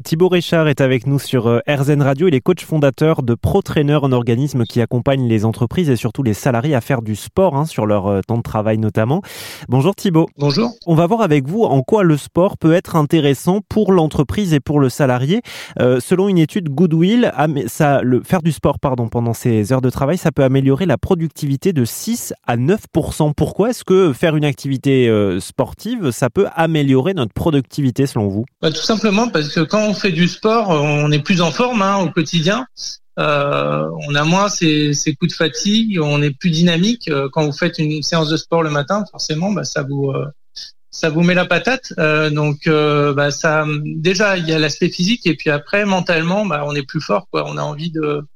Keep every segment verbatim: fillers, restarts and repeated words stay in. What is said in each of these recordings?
Thibaut Richard est avec nous sur euh, R Z N Radio. Il est coach fondateur de ProTrainer, un organisme qui accompagne les entreprises et surtout les salariés à faire du sport hein, sur leur euh, temps de travail notamment. Bonjour Thibaut. Bonjour. On va voir avec vous en quoi le sport peut être intéressant pour l'entreprise et pour le salarié. Euh, selon une étude Goodwill, ça, le, faire du sport pardon, pendant ses heures de travail, ça peut améliorer la productivité de six à neuf pour cent. Pourquoi est-ce que faire une activité euh, sportive, ça peut améliorer notre productivité selon vous ? Bah, tout simplement parce que quand on fait du sport, on est plus en forme hein, au quotidien. Euh, on a moins ces, ces coups de fatigue, on est plus dynamique. Quand vous faites une séance de sport le matin, forcément, bah, ça vous euh, ça vous met la patate. Euh, donc, euh, bah, ça, déjà, il y a l'aspect physique et puis après, mentalement, bah, on est plus fort, quoi. On a envie de, euh,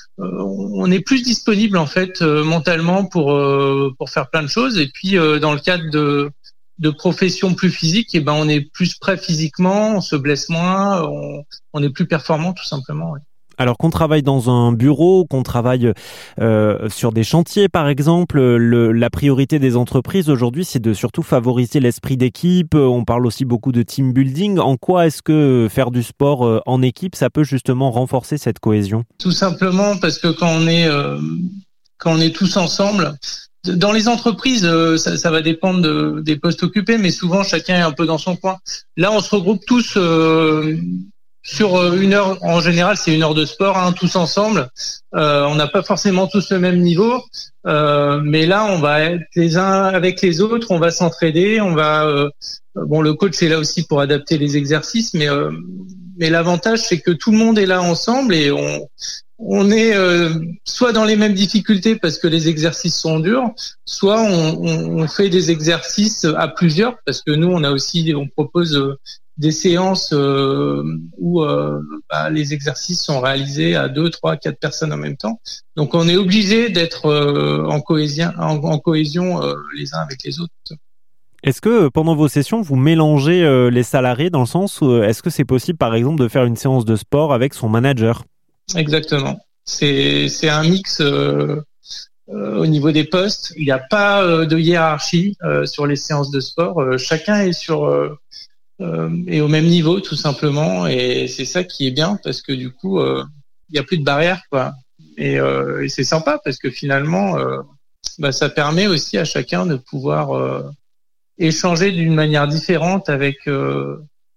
on est plus disponible en fait euh, mentalement pour euh, pour faire plein de choses. Et puis, euh, dans le cadre de de profession plus physique, et ben on est plus prêt physiquement, on se blesse moins, on, on est plus performant tout simplement. Ouais. Alors qu'on travaille dans un bureau, qu'on travaille euh, sur des chantiers par exemple, le, la priorité des entreprises aujourd'hui c'est de surtout favoriser l'esprit d'équipe. On parle aussi beaucoup de team building. En quoi est-ce que faire du sport en équipe, ça peut justement renforcer cette cohésion ? Tout simplement parce que quand on est euh, quand on est tous ensemble. Dans les entreprises, ça, ça va dépendre de, des postes occupés, mais souvent chacun est un peu dans son coin. Là, on se regroupe tous euh, sur une heure. En général, c'est une heure de sport, hein, tous ensemble. Euh, on n'a pas forcément tous le même niveau, euh, mais là, on va être les uns avec les autres. On va s'entraider. On va. Euh, bon, le coach est là aussi pour adapter les exercices, mais euh, mais l'avantage, c'est que tout le monde est là ensemble et on. On est euh, soit dans les mêmes difficultés parce que les exercices sont durs, soit on, on, on fait des exercices à plusieurs parce que nous on a aussi on propose euh, des séances euh, où euh, bah, les exercices sont réalisés à deux, trois, quatre personnes en même temps. Donc on est obligé d'être euh, en cohésion, en, en cohésion euh, les uns avec les autres. Est-ce que pendant vos sessions, vous mélangez euh, les salariés dans le sens où est-ce que c'est possible par exemple de faire une séance de sport avec son manager ? Exactement. C'est c'est un mix euh, euh, au niveau des postes. Il n'y a pas euh, de hiérarchie euh, sur les séances de sport. Euh, chacun est sur euh, euh, est au même niveau tout simplement, et c'est ça qui est bien parce que du coup euh, il n'y a plus de barrière quoi. Et, euh, et c'est sympa parce que finalement euh, bah, ça permet aussi à chacun de pouvoir euh, échanger d'une manière différente avec euh,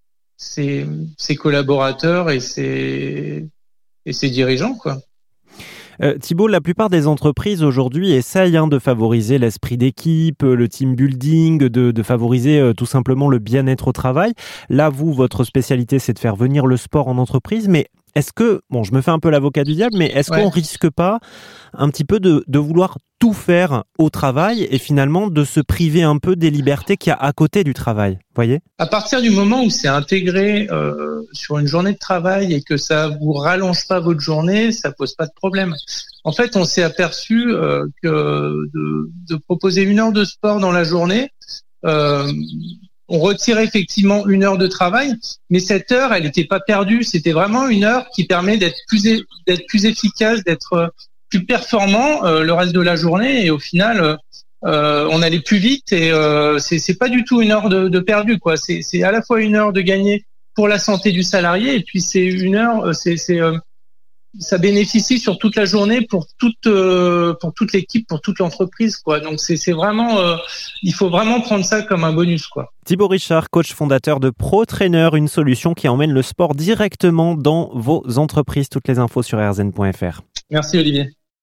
ses ses collaborateurs et ses et ses dirigeants, quoi. Euh, Thibaut, la plupart des entreprises aujourd'hui essayent hein, de favoriser l'esprit d'équipe, le team building, de, de favoriser euh, tout simplement le bien-être au travail. Là, vous, votre spécialité, c'est de faire venir le sport en entreprise, mais est-ce que, bon, je me fais un peu l'avocat du diable, mais est-ce ouais. qu'on risque pas un petit peu de, de vouloir tout faire au travail et finalement de se priver un peu des libertés qu'il y a à côté du travail, voyez ? À partir du moment où c'est intégré euh, sur une journée de travail et que ça vous rallonge pas votre journée, ça pose pas de problème. En fait, on s'est aperçu euh, que de, de proposer une heure de sport dans la journée, euh, on retirait effectivement une heure de travail, mais cette heure, elle n'était pas perdue. C'était vraiment une heure qui permet d'être plus d'être plus efficace, d'être plus performant euh, le reste de la journée. Et au final, euh, on allait plus vite. Et euh, c'est, c'est pas du tout une heure de, de perdu, quoi. C'est, c'est à la fois une heure de gagner pour la santé du salarié, et puis c'est une heure, c'est, c'est euh, ça bénéficie sur toute la journée pour toute euh, pour toute l'équipe, pour toute l'entreprise, quoi. Donc c'est c'est vraiment euh, il faut vraiment prendre ça comme un bonus, quoi. Thibaut Richard, coach fondateur de ProTrainer, une solution qui emmène le sport directement dans vos entreprises. Toutes les infos sur r z n point f r. Merci Olivier.